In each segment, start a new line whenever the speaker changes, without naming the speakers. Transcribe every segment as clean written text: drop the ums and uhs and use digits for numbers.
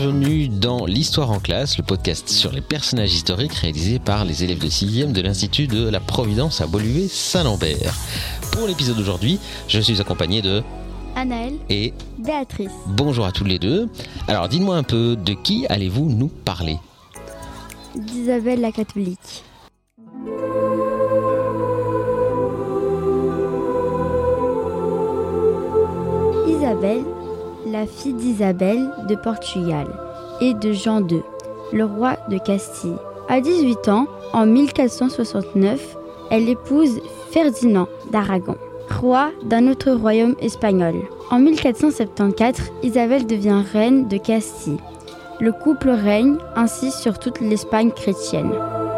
bienvenue dans l'Histoire en classe, le podcast sur les personnages historiques réalisé par les élèves de 6e de l'Institut de la Providence à Beaulieu-Saint-Lambert. Pour l'épisode d'aujourd'hui, je suis accompagné de
Anaëlle
et
Béatrice.
Bonjour à tous les deux. Alors dites-moi un peu, de qui allez-vous nous parler ?
D'Isabelle la catholique. Isabelle, la fille d'Isabelle de Portugal et de Jean II, le roi de Castille. À 18 ans, en 1469, elle épouse Ferdinand d'Aragon, roi d'un autre royaume espagnol. En 1474, Isabelle devient reine de Castille. Le couple règne ainsi sur toute l'Espagne chrétienne.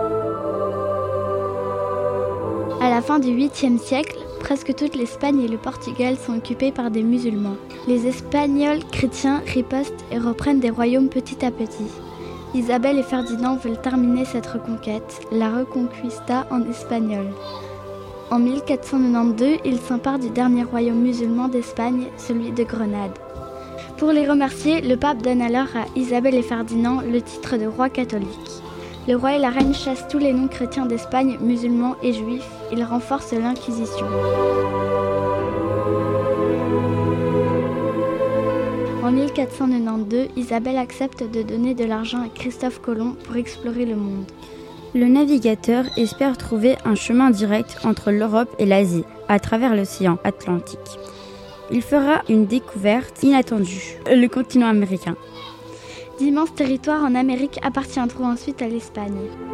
À la fin du 8e siècle, presque toute l'Espagne et le Portugal sont occupés par des musulmans. Les Espagnols chrétiens ripostent et reprennent des royaumes petit à petit. Isabelle et Ferdinand veulent terminer cette reconquête, la Reconquista en espagnol. En 1492, ils s'emparent du dernier royaume musulman d'Espagne, celui de Grenade. Pour les remercier, le pape donne alors à Isabelle et Ferdinand le titre de roi catholique. Le roi et la reine chassent tous les non-chrétiens d'Espagne, musulmans et juifs. Ils renforcent l'Inquisition. En 1492, Isabelle accepte de donner de l'argent à Christophe Colomb pour explorer le monde. Le navigateur espère trouver un chemin direct entre l'Europe et l'Asie, à travers l'océan Atlantique. Il fera une découverte inattendue, le continent américain. D'immenses territoires en Amérique appartiendront ensuite à l'Espagne.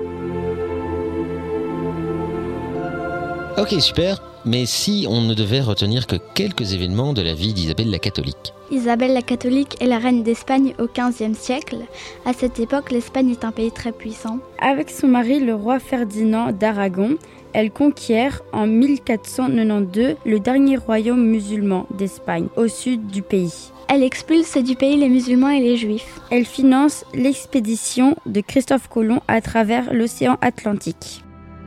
Ok, super. Mais si on ne devait retenir que quelques événements de la vie d'Isabelle la catholique ?
Isabelle la catholique est la reine d'Espagne au XVe siècle. À cette époque, l'Espagne est un pays très puissant. Avec son mari, le roi Ferdinand d'Aragon, elle conquiert en 1492 le dernier royaume musulman d'Espagne, au sud du pays. Elle expulse du pays les musulmans et les juifs. Elle finance l'expédition de Christophe Colomb à travers l'océan Atlantique.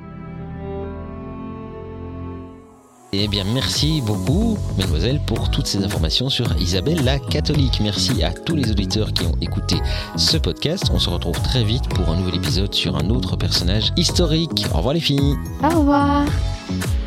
Eh bien, merci beaucoup, mesdemoiselles, pour toutes ces informations sur Isabelle la catholique. Merci à tous les auditeurs qui ont écouté ce podcast. On se retrouve très vite pour un nouvel épisode sur un autre personnage historique. Au revoir les filles.
Au revoir.